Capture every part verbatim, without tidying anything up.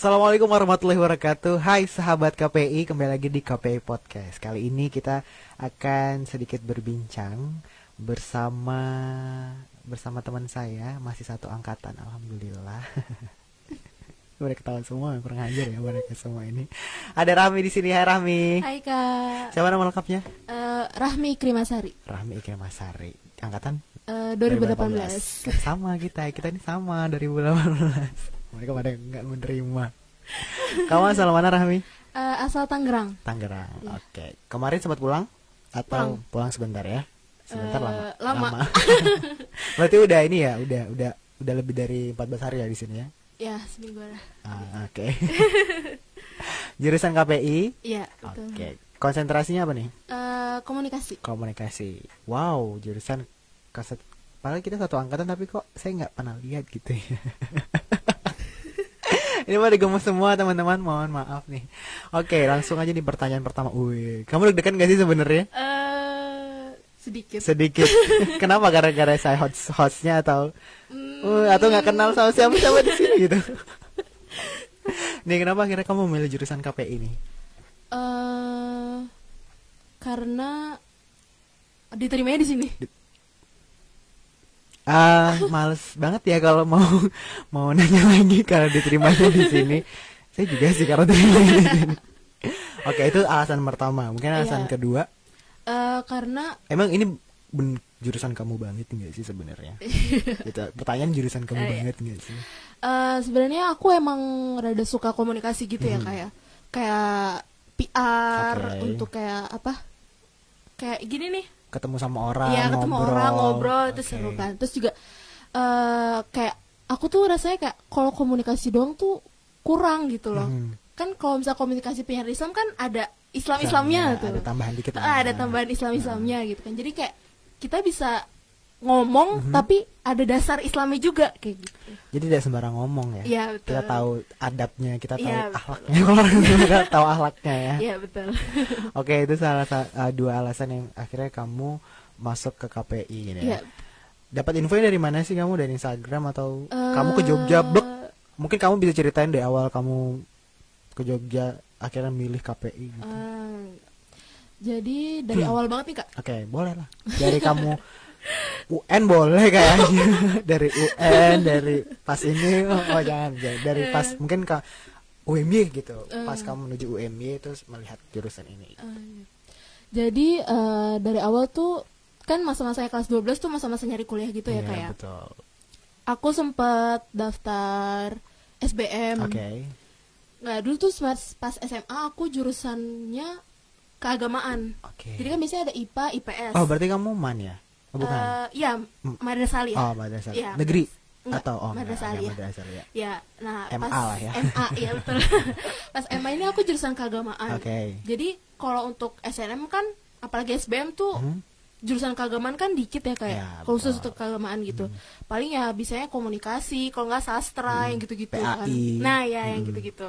Assalamualaikum warahmatullahi wabarakatuh. Hai sahabat K P I, kembali lagi di K P I Podcast. Kali ini kita akan sedikit berbincang bersama bersama teman saya, masih satu angkatan, alhamdulillah. Udah ketahuan semua, kurang ajar ya mereka semua ini. Ada Rahmi di sini. Hai Rahmi. Hai Kak. Siapa nama lengkapnya? Uh, Rahmi Ikrimasari. Rahmi Ikrimasari. Angkatan? Uh, dua ribu delapan belas. Sama kita, kita ini sama dua ribu delapan belas. Mereka pada nggak menerima. Kamu asal mana Rahmi? Uh, asal Tangerang. Tangerang. Ya. Oke. Okay. Kemarin sempat pulang atau pulang, pulang sebentar ya? Sebentar uh, lama. Lama. lama. Berarti udah ini ya, udah udah udah lebih dari empat belas hari ya di sini ya? Ya, seminggu lah. Ah, oke. Okay. Jurusan K P I? Iya, betul. Oke. Okay. Konsentrasinya apa nih? Uh, komunikasi. Komunikasi. Wow, jurusan kaset. Padahal kita satu angkatan tapi kok saya nggak pernah lihat gitu ya. Ini pada gemes semua teman-teman, mohon maaf nih. Oke, langsung aja nih pertanyaan pertama. Wih, kamu deg-degan gak sih sebenarnya? Uh, sedikit. Sedikit. Kenapa? Gara-gara saya host hostnya atau mm. uh, atau nggak kenal sama siapa-siapa di sini gitu? Nih, kenapa akhirnya kamu memilih jurusan K P I nih? Uh, karena diterimanya di sini. Di- Ah, uh, males banget ya kalau mau mau nanya lagi kalau diterimanya di sini. Saya juga sih kalau diterimanya di sini. Oke, itu alasan pertama. Mungkin alasan yeah. kedua. Uh, karena emang ini ben- jurusan kamu banget enggak sih sebenarnya? Gitu. Pertanyaan jurusan kamu uh, banget enggak sih? Uh, sebenarnya aku emang rada suka komunikasi gitu hmm. ya kayak kayak P R okay. Untuk kayak apa? Kayak gini nih. Ketemu sama orang, ya, ketemu ngobrol. orang, ngobrol, okay. Terus seru kan. Terus juga uh, kayak aku tuh rasanya kayak kalau komunikasi doang tuh kurang gitu loh. Hmm. Kan kalau misalnya komunikasi penyiar Islam kan ada Islam-Islamnya tuh. Ada tambahan dikit. Ah, ada tambahan Islam-Islamnya hmm. gitu kan. Jadi kayak kita bisa ngomong hmm. tapi ada dasar Islami juga kayak gitu. Jadi tidak sembarang ngomong ya. Iya, betul. Kita tahu adabnya, kita tahu ya, akhlaknya. Kalau kita tahu akhlaknya ya. Iya, betul. Oke, itu salah uh, dua alasan yang akhirnya kamu masuk ke K P I gitu ya. Iya. Dapat info dari mana sih kamu? Dari Instagram atau uh... kamu ke Jogja? Blok. Mungkin kamu bisa ceritain deh awal kamu ke Jogja akhirnya milih K P I gitu. Uh, jadi dari hmm. awal banget nih, Kak. Oke, okay, boleh lah. Dari kamu U N boleh kayaknya. Dari U N, dari pas ini oh, oh jangan, dari pas mungkin ke U M Y gitu. Uh, pas kamu menuju U M Y terus melihat jurusan ini. Uh, jadi uh, dari awal tuh kan masa-masa kelas dua belas tuh masa-masa nyari kuliah gitu ya, yeah, kayak. Betul. Aku sempat daftar S B M. Oke. Okay. Nah, dulu tuh pas S M A aku jurusannya keagamaan. Oke. Okay. Jadi kan biasanya ada I P A, I P S. Oh, berarti kamu man ya? Oh, bukan. Uh, ya, Madrasah Aliyah. Oh, Madrasah. Ya, negeri enggak, atau oh, Madrasah Aliyah. Madrasah Aliyah. Ya, nah M A pas lah ya. M A ya betul. Pas M A ini aku jurusan keagamaan. Oke. Okay. Jadi kalau untuk S N M kan apalagi S B M tuh hmm? jurusan keagamaan kan dikit ya kayak ya, khusus untuk keagamaan gitu. Hmm. Paling ya bisanya komunikasi, kalau nggak sastra hmm. yang gitu-gitu P A I. kan. Nah, ya hmm. yang gitu-gitu.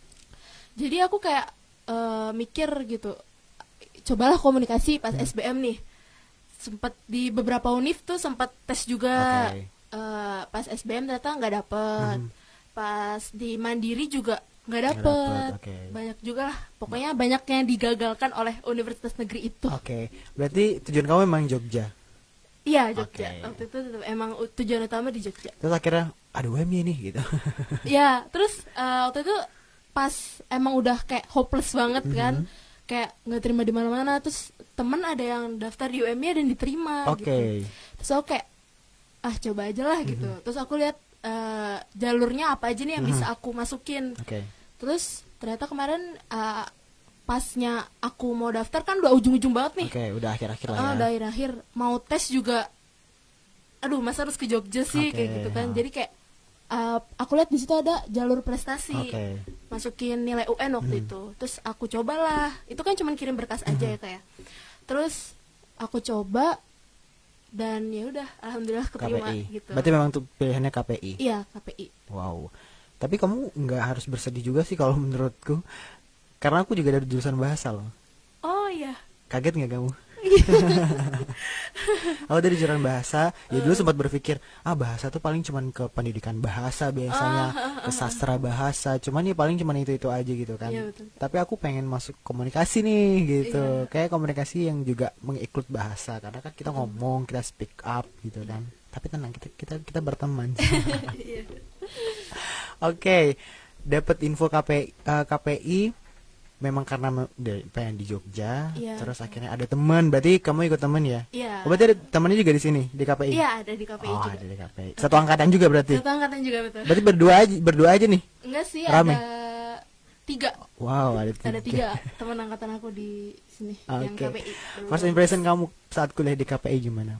Jadi aku kayak uh, mikir gitu. Cobalah komunikasi pas hmm. S B M nih. Sempat di beberapa univ tuh sempat tes juga. Okay. Uh, pas S B M ternyata nggak dapet. Hmm. Pas di Mandiri juga nggak dapet. Okay. Banyak juga lah. Pokoknya banyak yang digagalkan oleh universitas negeri itu. Oke. Okay. Berarti tujuan kamu memang Jogja? Iya, Jogja. Okay. Waktu itu emang tujuan utama di Jogja. Terus akhirnya aduh U M Y nih gitu. Iya. Terus uh, waktu itu pas emang udah kayak hopeless banget mm-hmm. kan. Kayak nggak terima di mana-mana. Terus temen ada yang daftar di U M Y dan diterima. Oke. Okay. Gitu. Terus aku kayak ah coba aja lah mm-hmm. gitu. Terus aku lihat uh, jalurnya apa aja nih yang mm-hmm. bisa aku masukin. Oke. Okay. Terus ternyata kemarin uh, pasnya aku mau daftar kan udah ujung-ujung banget nih. Oke, okay, udah akhir-akhir lah ya. Uh, udah akhir-akhir mau tes juga. Aduh, masa harus ke Jogja sih okay, kayak gitu kan. Oh. Jadi kayak uh, aku lihat di situ ada jalur prestasi. Okay. Masukin nilai U N waktu hmm. itu. Terus aku cobalah. Itu kan cuma kirim berkas aja hmm. ya kayak. Terus aku coba dan ya udah alhamdulillah keterima K P I. Gitu. Berarti memang tuh pilihannya K P I. Iya, K P I. Wow. Tapi kamu nggak harus bersedih juga sih kalau menurutku. Karena aku juga dari jurusan bahasa loh. Oh iya. Kaget nggak kamu? Aku dari jurusan bahasa, ya dulu sempat berpikir, ah bahasa tuh paling cuman ke pendidikan bahasa biasanya, ke sastra bahasa, cuman ya paling cuman itu-itu aja gitu kan. Iya, betul. Tapi aku pengen masuk komunikasi nih gitu. Iya. Kayak komunikasi yang juga mengiklud bahasa, karena kan kita ngomong, kita speak up gitu kan. Tapi tenang, kita kita kita berteman. Iya. Oke, dapat info K P I, eh, K P I memang karena me- dari- pengen di Jogja, Iya. terus akhirnya ada teman. Berarti kamu ikut teman ya? Iya. Oh, berarti ada temannya juga di sini di K P I? Iya, ada di K P I Oh, juga. ada di K P I. Satu angkatan juga berarti. Satu angkatan juga betul. Berarti berdua aja, berdua aja nih. Enggak sih, Rame? ada tiga. Wow, ada tiga. Ada tiga teman angkatan aku di sini yang Oke. K P I. First impression kamu saat kuliah di K P I gimana?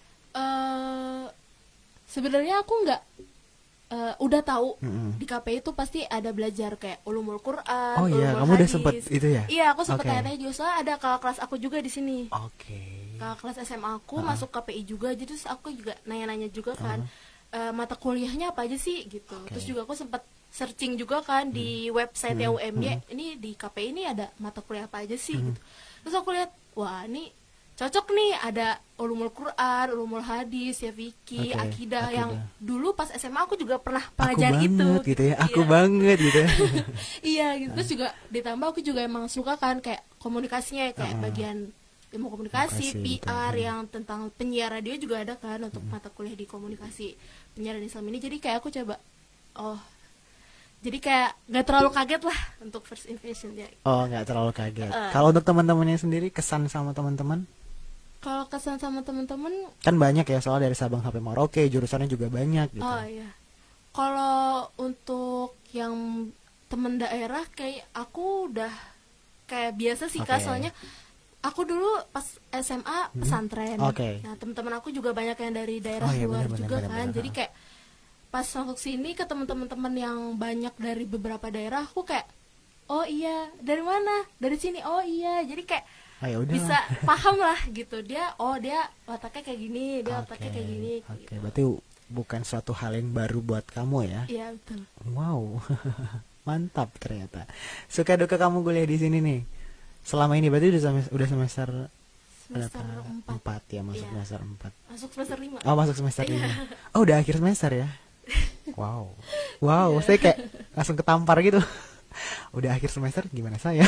Eh, sebenarnya aku nggak eh, udah tahu Mm-mm. di K P I itu pasti ada belajar kayak ulumul Quran. Oh iya, ulumul kamu udah hadis. sempet itu ya? Iya, aku sempet Oke. tanya-tanya juga soalnya ada kakak kelas aku juga di sini. Oke. Kakak kelas S M A aku Uh-uh. masuk K P I juga, jadi terus aku juga nanya-nanya juga kan eh, mata kuliahnya apa aja sih gitu. Oke. Terus juga aku sempat searching juga kan di website Hmm. U M Y, Hmm. ini di K P I ini ada mata kuliah apa aja sih Hmm. gitu. Terus aku lihat, wah ini cocok nih, ada ulumul Quran, ulumul hadis, ya fikih, Oke, akidah, akidah. yang dulu pas S M A aku juga pernah Aku pelajari banget itu. gitu ya, aku Iya. banget gitu ya. Iya gitu. Terus juga ditambah aku juga emang suka kan kayak komunikasinya, kayak Ah. bagian ilmu komunikasi, Komunikasi, P R betul. yang tentang penyiar radio juga ada kan untuk mata kuliah di komunikasi penyiaran Islam ini. Jadi kayak aku coba, oh jadi kayak nggak terlalu kaget lah untuk first impression ya. Oh, nggak terlalu kaget. Uh. Kalau untuk teman-temannya sendiri, kesan sama teman-teman? Kalau kesan sama temen-temen, Kan banyak ya, soal dari Sabang sampai Merauke, jurusannya juga banyak gitu. oh iya. Kalau untuk yang temen daerah kayak aku udah kayak biasa sih Kak, Oke. soalnya aku dulu pas S M A pesantren. Oke. Nah, teman-teman aku juga banyak yang dari daerah Oh iya, luar benar, juga benar, kan. benar, Jadi benar. kayak pas masuk sini ke teman-teman yang banyak dari beberapa daerah, aku kayak oh iya, dari mana? Dari sini. Oh iya. Jadi kayak Oh, ya udah bisa lah. paham lah gitu. Dia oh dia otaknya kayak gini, dia Oke, otaknya kayak gini. Oke, gitu. berarti bukan suatu hal yang baru buat kamu ya? Iya, betul. Wow, mantap ternyata. Suka duka kamu kuliah di sini nih. Selama ini berarti udah semester, udah semester Semester berapa? empat. Empat ya, masuk Iya. semester empat. Masuk semester lima. Oh, masuk semester Iya. lima. Oh, udah akhir semester ya? Wow, wow, saya kayak langsung ketampar gitu. Udah akhir semester, gimana saya?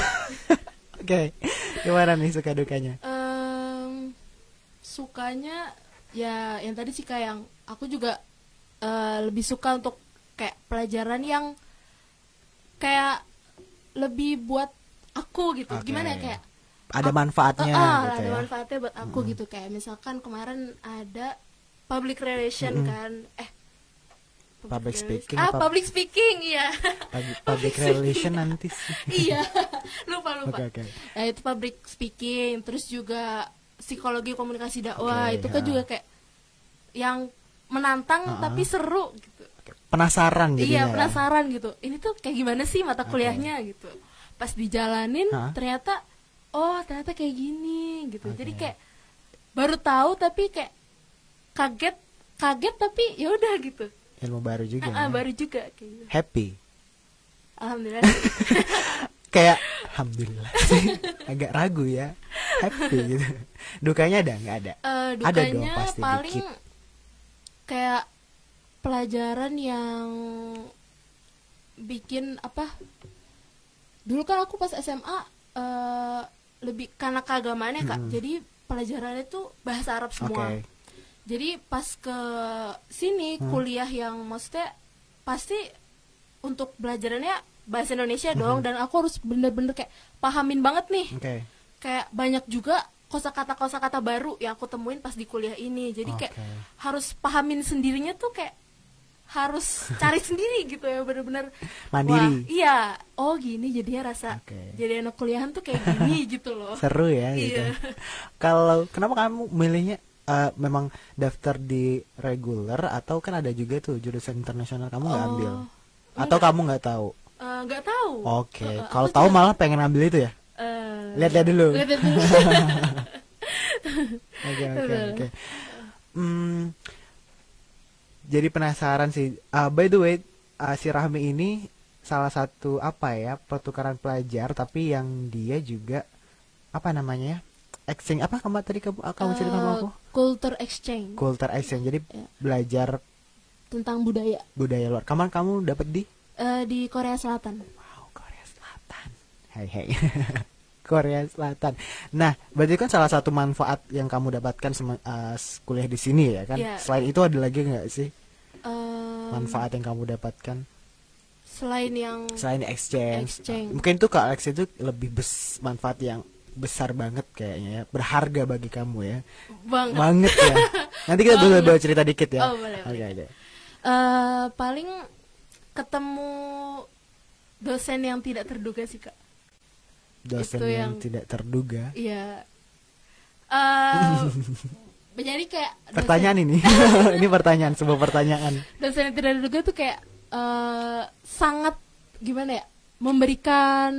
Oke, gimana nih suka dukanya? Em, sukanya ya yang tadi sih kayak yang aku juga eh, lebih suka untuk kayak pelajaran yang kayak lebih buat aku gitu. Oke. Gimana ya, kayak Ada aku- manfaatnya Eh, ah, gitu ada ya? manfaatnya buat aku gitu. Kayak misalkan kemarin ada public relation Mm-mm. kan, eh Public relation- speaking ah apa- public speaking iya. Public, public relation nanti sih. Iya, lupa lupa. Oke, oke. Nah, itu public speaking, terus juga psikologi komunikasi dakwah, Oke, itu kan ha. juga kayak yang menantang Ha-ha. tapi seru gitu. Penasaran jadinya Iya, ya? penasaran gitu. Ini tuh kayak gimana sih mata Oke. kuliahnya gitu. Pas dijalanin Ha? ternyata oh, ternyata kayak gini gitu. Jadi Oke. kayak baru tahu tapi kayak kaget, kaget tapi ya udah gitu. Ilmu baru juga Ah, ah, ya? baru juga kayak gitu. Happy. Alhamdulillah. Kayak alhamdulillah sih. Agak ragu ya. Happy gitu. Dukanya ada nggak ada? Eh, Ada dong dukanya pasti paling dikit. kayak pelajaran yang bikin apa, dulu kan aku pas S M A eh, lebih karena keagamaannya Kak, Mm-mm. jadi pelajarannya tuh bahasa Arab semua. Oke. Jadi pas ke sini Hmm. kuliah yang maksudnya pasti untuk belajarannya bahasa Indonesia dong, dan aku harus bener-bener kayak pahamin banget nih. Oke. Kayak banyak juga kosakata kosakata baru yang aku temuin pas di kuliah ini. Jadi kayak Oke. harus pahamin sendirinya tuh kayak harus cari sendiri gitu ya, bener-bener Mandiri. wah, iya, oh gini jadinya rasa Oke. jadi anak kuliahan tuh kayak gini gitu loh. Seru ya gitu. Iya. Kalau kenapa kamu milihnya eh, memang daftar di reguler atau kan ada juga tuh jurusan internasional kamu nggak Oh, ambil? Atau enggak. kamu nggak tahu? Eh, nggak tahu. Oke. Eh, eh, Kalau aku tahu juga- malah pengen ambil itu ya? eh, Lihat-lihat dulu. lihat-lihat dulu. Oke oke Betul. oke. Hmm, jadi penasaran sih. Ah, by the way, ah, si Rahmi ini salah satu apa ya pertukaran pelajar, tapi yang dia juga apa namanya ya? Exchange apa kamu tadi kamu, kamu cerita sama Eh, aku? culture exchange. Culture exchange. Jadi Ya. belajar Tentang budaya. budaya luar. Kapan kamu dapat di? Uh, di Korea Selatan. Wow, Korea Selatan. Hai hai. Korea Selatan. Nah, berarti kan salah satu manfaat yang kamu dapatkan sema- uh, kuliah di sini ya kan? Yeah. Selain itu ada lagi nggak sih Um, manfaat yang kamu dapatkan Selain yang selain exchange? exchange. Mungkin tuh Kak Alex itu lebih bes manfaat yang besar banget kayaknya ya, berharga bagi kamu ya. Banget. Banget ya. Nanti kita boleh boleh cerita dikit ya. Oh, boleh, Oke, boleh. oke. Uh, paling ketemu dosen yang tidak terduga sih Kak. Dosen Itu yang, yang- tidak terduga. Iya. Uh, jadi kayak dosen- Pertanyaan ini. Ini pertanyaan, sebuah pertanyaan. dosen yang tidak terduga tuh kayak uh, sangat gimana ya, memberikan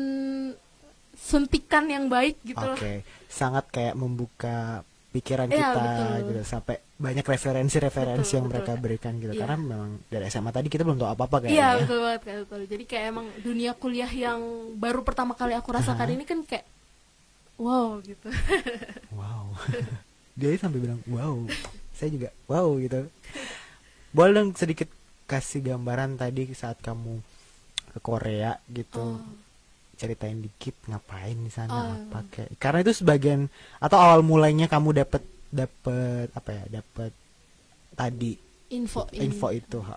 suntikan yang baik gitu loh. Oke, sangat kayak membuka pikiran Iya, kita betul. gitu sampai banyak referensi-referensi Betul, yang betul, mereka Kak. berikan gitu. Iya. Karena memang dari S M A tadi kita belum tahu apa-apa kayaknya. Iya ya. betul banget Kak, betul. Jadi kayak emang dunia kuliah yang baru pertama kali aku rasakan Aha. ini kan kayak wow gitu. Wow. Dia sampai bilang wow. Saya juga wow gitu. Boleh dong sedikit kasih gambaran tadi saat kamu ke Korea gitu. Oh. Ceritain dikit ngapain di sana, Oh. apa kayak. Karena itu sebagian atau awal mulainya kamu dapat dapat apa ya? Dapat tadi Info ini. info itu, ha.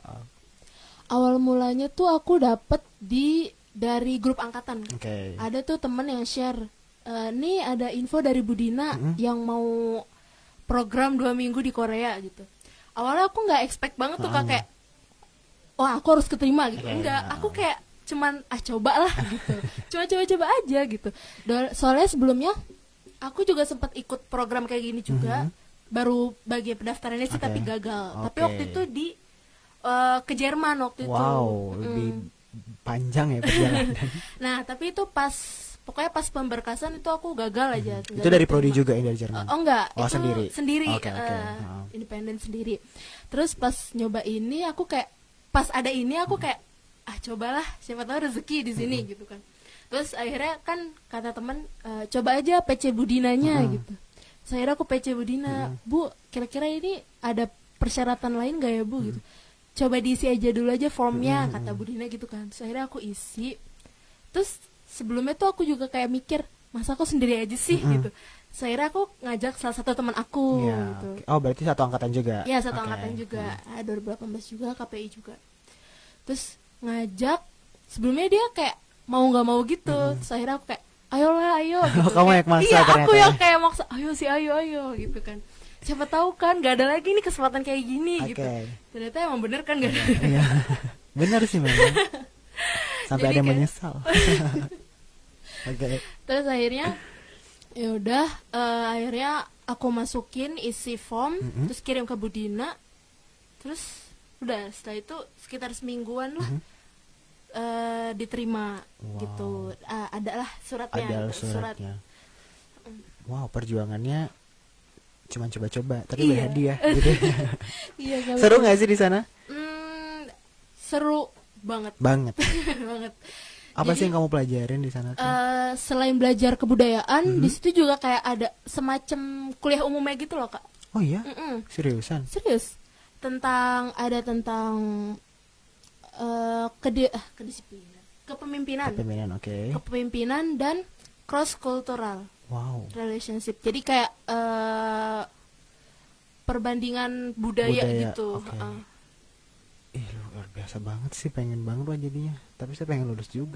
Awal mulanya tuh aku dapet di dari grup angkatan. Oke. Ada tuh temen yang share, e, nih ada info dari Budina Mm-mm. yang mau program dua minggu di Korea gitu. Awalnya aku nggak expect banget tuh Kak, Ah. kayak, wah aku harus keterima gitu. Iya, Enggak, iya. aku kayak cuman ah cobalah gitu. Coba-coba-coba aja gitu. Do- Soalnya sebelumnya aku juga sempat ikut program kayak gini juga. Mhm. Baru bagian pendaftarannya sih Oke. tapi gagal. Tapi Oke. waktu itu di eh, ke Jerman waktu itu. Wow, Mm. lebih panjang ya perjalanan. Nah, tapi itu pas pokoknya pas pemberkasan itu aku gagal aja. Nggak Itu dari prodi diterima. juga yang dari Jerman. Oh enggak, Oh, itu sendiri. sendiri, Oke, oke. eh, Heeh. independen sendiri. Terus pas nyoba ini aku kayak pas ada ini aku kayak ah cobalah siapa tahu rezeki di sini gitu kan. Terus akhirnya kan kata teman eh, coba aja P C Budinanya Mm-mm. gitu. Terus akhirnya aku P C Budina, Bu, kira-kira ini ada persyaratan lain gak ya Bu gitu. Coba diisi aja dulu aja formnya kata Budina gitu kan. Terus akhirnya aku isi. Terus sebelumnya tuh aku juga kayak mikir masa aku sendiri aja sih Mm-mm. gitu. Terus akhirnya aku ngajak salah satu teman aku Iya, gitu. oke. Oh, berarti satu angkatan juga. Iya satu Oke. angkatan juga, ah, dua ribu delapan belas juga, K P I juga. Terus ngajak, sebelumnya dia kayak mau nggak mau gitu. Terus akhirnya aku kayak, ayolah ayo. Gitu. Kamu Kayak, yang maksa iya ternyata aku ya. yang kayak maksa, ayo sih ayo ayo gitu kan. Siapa tahu kan nggak ada lagi nih kesempatan kayak gini Oke. gitu. Ternyata emang bener kan nggak ada. Iya. Benar sih memang. Sampai Jadi ada yang kayak- menyesal. Oke. Terus akhirnya ya udah eh, akhirnya aku masukin isi form, Mm-mm. terus kirim ke Budina. Terus udah setelah itu sekitar semingguan lah eh, diterima Wow. gitu. Ah, ada lah suratnya. Ada gitu, surat. suratnya. Wow, perjuangannya cuma coba-coba, tapi Iya. berhadiah gitu. Iya, nggak Seru betul. nggak sih di sana? Hmm, seru banget Banget. banget. Apa sih Jadi, yang kamu pelajarin di sana tuh? eh, selain belajar kebudayaan, Mhm. di situ juga kayak ada semacam kuliah umumnya gitu loh Kak. Oh iya, Mm-mm. seriusan? Serius, tentang ada tentang uh, kede ah, kedisiplinan, kepemimpinan, Kepemimpinan, oke. kepemimpinan dan cross cultural Wow. relationship. Jadi kayak uh, perbandingan budaya, Budaya, gitu. oke. Uh, Ih, luar biasa banget sih, pengen banget lah jadinya. Tapi saya pengen lulus juga.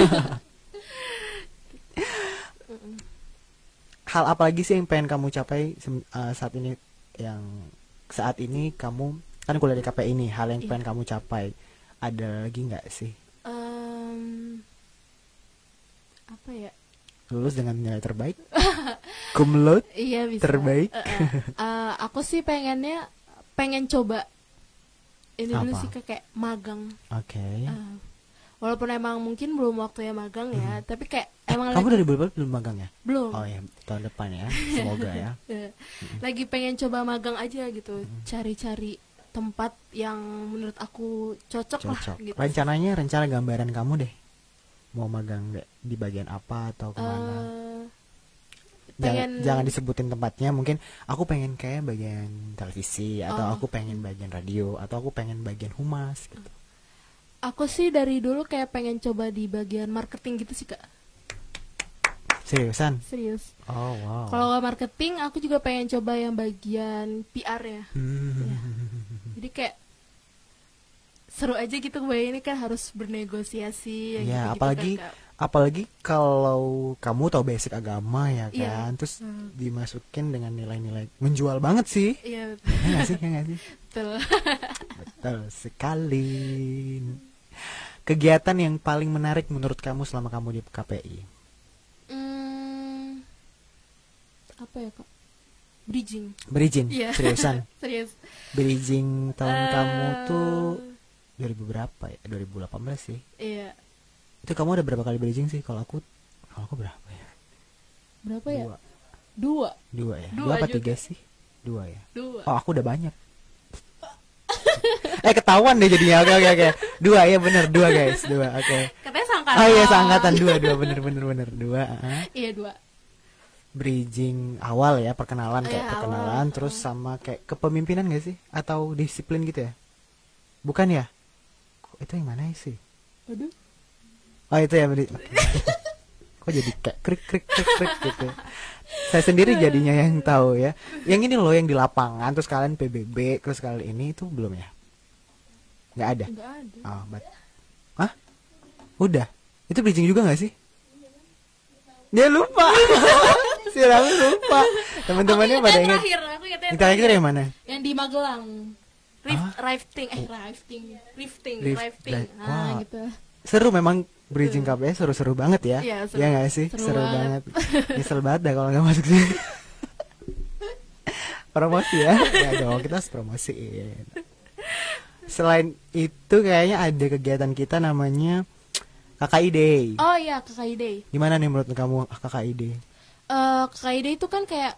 Hal apa lagi sih yang pengen kamu capai sem- uh, saat ini, yang saat ini kamu kan kuliah di K P I ini, hal yang Iya. pengen kamu capai ada lagi nggak sih? um, apa ya? Lulus dengan nilai terbaik, cum laude Iya bisa. terbaik. Uh, uh. Uh, aku sih pengennya pengen coba ini dulu Apa? sih Kak, kayak magang. Oke. Uh, walaupun emang mungkin belum waktunya magang ya, tapi kayak emang Kamu lagi, dari berapa belum magang ya? belum. Oh ya, tahun depan ya, semoga ya. Eh, lagi pengen coba magang aja gitu, cari-cari tempat yang menurut aku cocok, lah Cocok. gitu. Rencananya, rencana gambaran kamu deh, mau magang de- di bagian apa atau kemana? Eh, pengen jangan, jangan disebutin tempatnya, mungkin aku pengen kayak bagian televisi atau Oh. aku pengen bagian radio atau aku pengen bagian humas gitu. Aku sih dari dulu kayak pengen coba di bagian marketing gitu sih Kak. Seriusan? Serius. Oh wow. Kalau nggak marketing, aku juga pengen coba yang bagian P R ya. Hmm. Jadi kayak seru aja gitu, kebayang ini kan harus bernegosiasi. yang Ya, gitu-gitu apalagi kan, Kak. apalagi kalau kamu tahu basic agama ya Iya. kan, terus Hmm. dimasukin dengan nilai-nilai menjual banget sih. Iya Ya nggak sih, ya nggak sih? betul. Betul sekali. Kegiatan yang paling menarik menurut kamu selama kamu di K P I? Hmm, apa ya Kak? Bridging. Berizin, Iya. seriusan. Serius. Berizin tahun Eh, kamu tuh dua ribu berapa ya? dua ribu delapan belas sih. Iya. Itu kamu ada berapa kali berizin sih? Kalau aku, kalau aku berapa ya? Berapa ya? Dua, Dua. dua ya. Dua Dua apa juga. tiga sih? Dua ya. Dua. Oh, aku udah banyak. eh ketahuan deh jadinya. Oke oke oke. Dua ya bener, dua guys, dua. Oke. Katanya seangkatan. Oh iya seangkatan dua, dua bener bener bener dua. uh-huh. Iya dua. Bridging awal ya, perkenalan kayak Iya, perkenalan, awal. terus sama kayak kepemimpinan gak sih? Atau disiplin gitu ya? Bukan ya? Kok itu yang mana sih? Aduh. Oh itu ya. beri- oke. Kok jadi kayak krik krik krik krik gitu. Saya sendiri jadinya yang tahu ya. Yang ini loh yang di lapangan, terus kalian P B B, terus kali ini itu belum ya? Nggak ada. Enggak ada. Oh, but... Hah? Udah. Itu bridging juga gak sih? Dia lupa. Si Rami lupa. Teman-temannya Aku pada ingat ingat. yang terakhir, aku ingat yang Yang terakhir yang mana? Yang di Magelang. Rift, Hah? rafting, eh rafting, rifting, Rift- rafting. ra- Ah, wah. gitu. Seru memang bridging K P I seru-seru banget ya. Iya, seru. Iya gak sih? Seru Seru, banget. banget. Nyesel banget dah kalau gak masuk sini. Promosi ya. Ya dong, kita harus promosiin. Selain itu kayaknya ada kegiatan kita namanya K K I Day. Oh iya, K K I Day. Gimana nih menurut kamu K K I Day? Eh, K K I Day itu kan kayak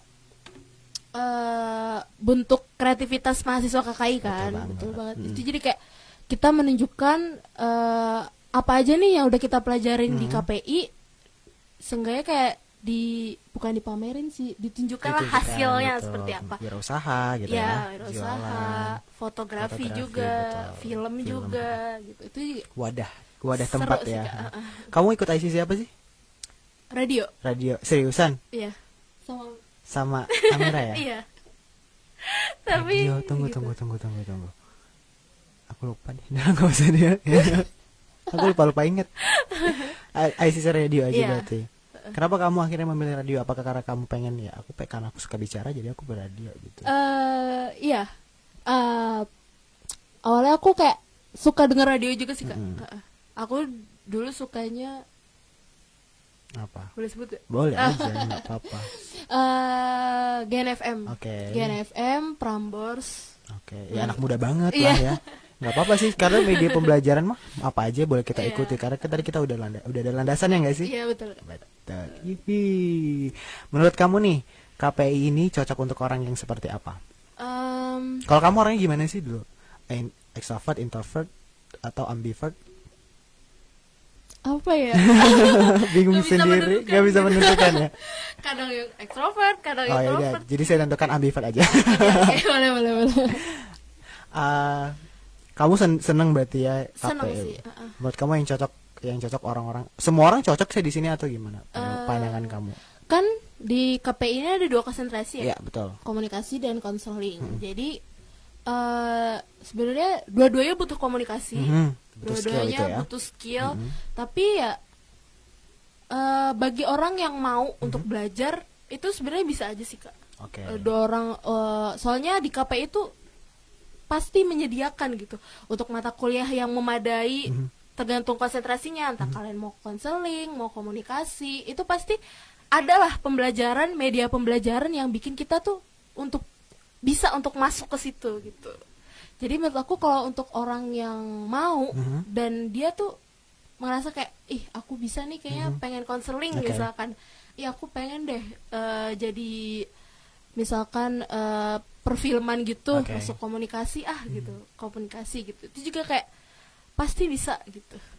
eh bentuk kreativitas mahasiswa K K I kan, banget. betul banget. Mm. Itu jadi kayak kita menunjukkan eh apa aja nih yang udah kita pelajarin di Mm. K P I, seenggaknya kayak di bukan dipamerin sih, ditunjukkan lah Ditunjukkan, hasilnya betul. seperti apa. Wirausaha gitu ya. Ya, wirausaha, Jualan. fotografi, Fotografi, juga, betul. film, Film. juga, gitu. Itu Wadah, wadah seru tempat sih, ya. Kak. Uh-uh. Kamu ikut I C C apa sih? Radio, Radio. Seriusan? iya. Sama, Sama Amira ya? iya. Tapi Radio, tunggu, gitu. tunggu, tunggu, tunggu, tunggu. Aku lupa deh. Nah, gak usah dia. Aku lupa-lupa inget. I- I C C radio aja Iya. berarti. Kenapa kamu akhirnya memilih radio? Apakah karena kamu pengen ya? Aku pengen karena aku suka bicara jadi aku beradio gitu. Eh, iya. Eh, awalnya aku kayak suka denger radio juga sih Kak. Mm-mm. Uh-uh. Aku dulu sukanya, Apa? boleh sebut gak? Boleh aja, nggak apa-apa. Eh, G N F M. Oke. G N F M, Prambors. Oke, ya anak muda banget Iya. lah ya. Nggak apa-apa sih, karena media pembelajaran mah apa aja boleh kita Iya. ikuti. Karena kan tadi kita udah landa, udah ada landasan ya nggak sih? Iya betul. Betul. Hihi. Menurut kamu nih, K P I ini cocok untuk orang yang seperti apa? Em, Kalau kamu orangnya gimana sih dulu? In- Extrovert, introvert, atau ambivert? apa ya? Bingung Nggak bisa sendiri, menentukan nggak bisa gitu. menentukan ya. Kadang yang ekstrovert, kadang Oh ya udah, introvert. jadi saya tentukan ambivert aja. Oke, boleh boleh boleh. Ah, kamu sen- seneng berarti ya K P I? Seneng sih. uh-uh. Menurut kamu yang cocok, yang cocok orang-orang, semua orang cocok sih di sini atau gimana? Eh, Pandangan kamu? Kan di K P I ini ada dua konsentrasi ya, Iya betul. komunikasi dan konseling. Hmm. Jadi eh sebenarnya dua-duanya butuh komunikasi, Mhm, butuh skill dua-duanya itu ya. butuh skill. Mhm. Tapi ya eh bagi orang yang mau Hmm. untuk belajar itu sebenarnya bisa aja sih Kak. Oke. Eh, Dua orang, eh, soalnya di K P I itu pasti menyediakan gitu untuk mata kuliah yang memadai. Mhm. Tergantung konsentrasinya, entah kalian mau konseling, mau komunikasi, itu pasti adalah pembelajaran, media pembelajaran yang bikin kita tuh untuk bisa untuk masuk ke situ gitu. Jadi menurut aku kalau untuk orang yang mau Mhm. dan dia tuh merasa kayak ih aku bisa nih kayaknya Mhm. pengen konseling Oke. misalkan, ih aku pengen deh eh, jadi misalkan eh, perfilman gitu, Oke. masuk komunikasi ah gitu, komunikasi gitu, itu juga kayak pasti bisa gitu.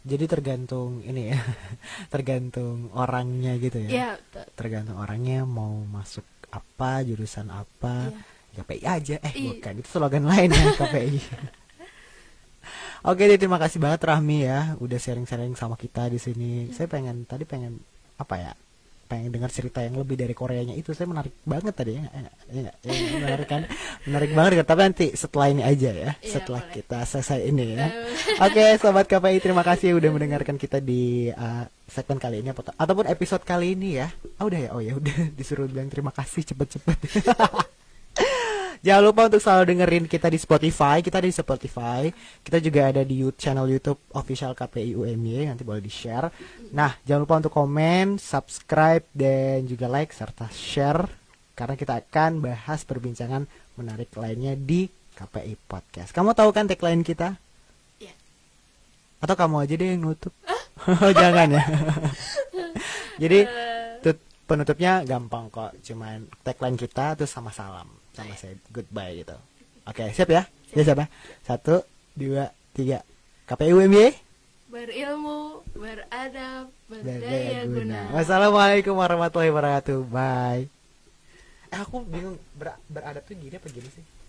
Jadi tergantung ini ya, tergantung orangnya gitu ya. Iya, betul. Tergantung orangnya mau masuk apa, jurusan apa. Iya. K P I aja. Eh, Iya. bukan, itu slogan lain ya K P I. Oke deh, terima kasih banget Rahmi ya, udah sharing-sharing sama kita di sini. Saya pengen tadi pengen apa ya? Pengen dengar cerita yang lebih dari Koreanya itu. Saya menarik banget tadi ya. Eh, ya, ya, menarik kan? Menarik banget kan? Tapi nanti setelah ini aja ya. Iya, Setelah boleh. kita selesai ini ya. Eh, Oke, sobat K P I, terima kasih udah mendengarkan kita di uh, segmen kali ini atau- ataupun episode kali ini ya. Oh udah ya, oh ya udah disuruh bilang terima kasih cepet-cepet. Jangan lupa untuk selalu dengerin kita di Spotify. Kita ada di Spotify. Kita juga ada di YouTube, channel YouTube official K P I U M Y. Nanti boleh di-share. Nah, jangan lupa untuk komen, subscribe, dan juga like serta share. Karena kita akan bahas perbincangan menarik lainnya di K P I Podcast. Kamu tahu kan tagline kita? Iya. Atau kamu aja deh yang nutup? Jangan ya. Jadi tut- penutupnya gampang kok. Cuman tagline kita terus sama salam. Sama saya goodbye gitu. Oke, siap ya? Ya siap ya? Satu, dua, tiga. K P I U M Y. Berilmu, beradab, Berdaya berdaya guna. guna. Wassalamualaikum warahmatullahi wabarakatuh. Bye. Eh, aku bingung ber- beradab tuh gini apa gini sih?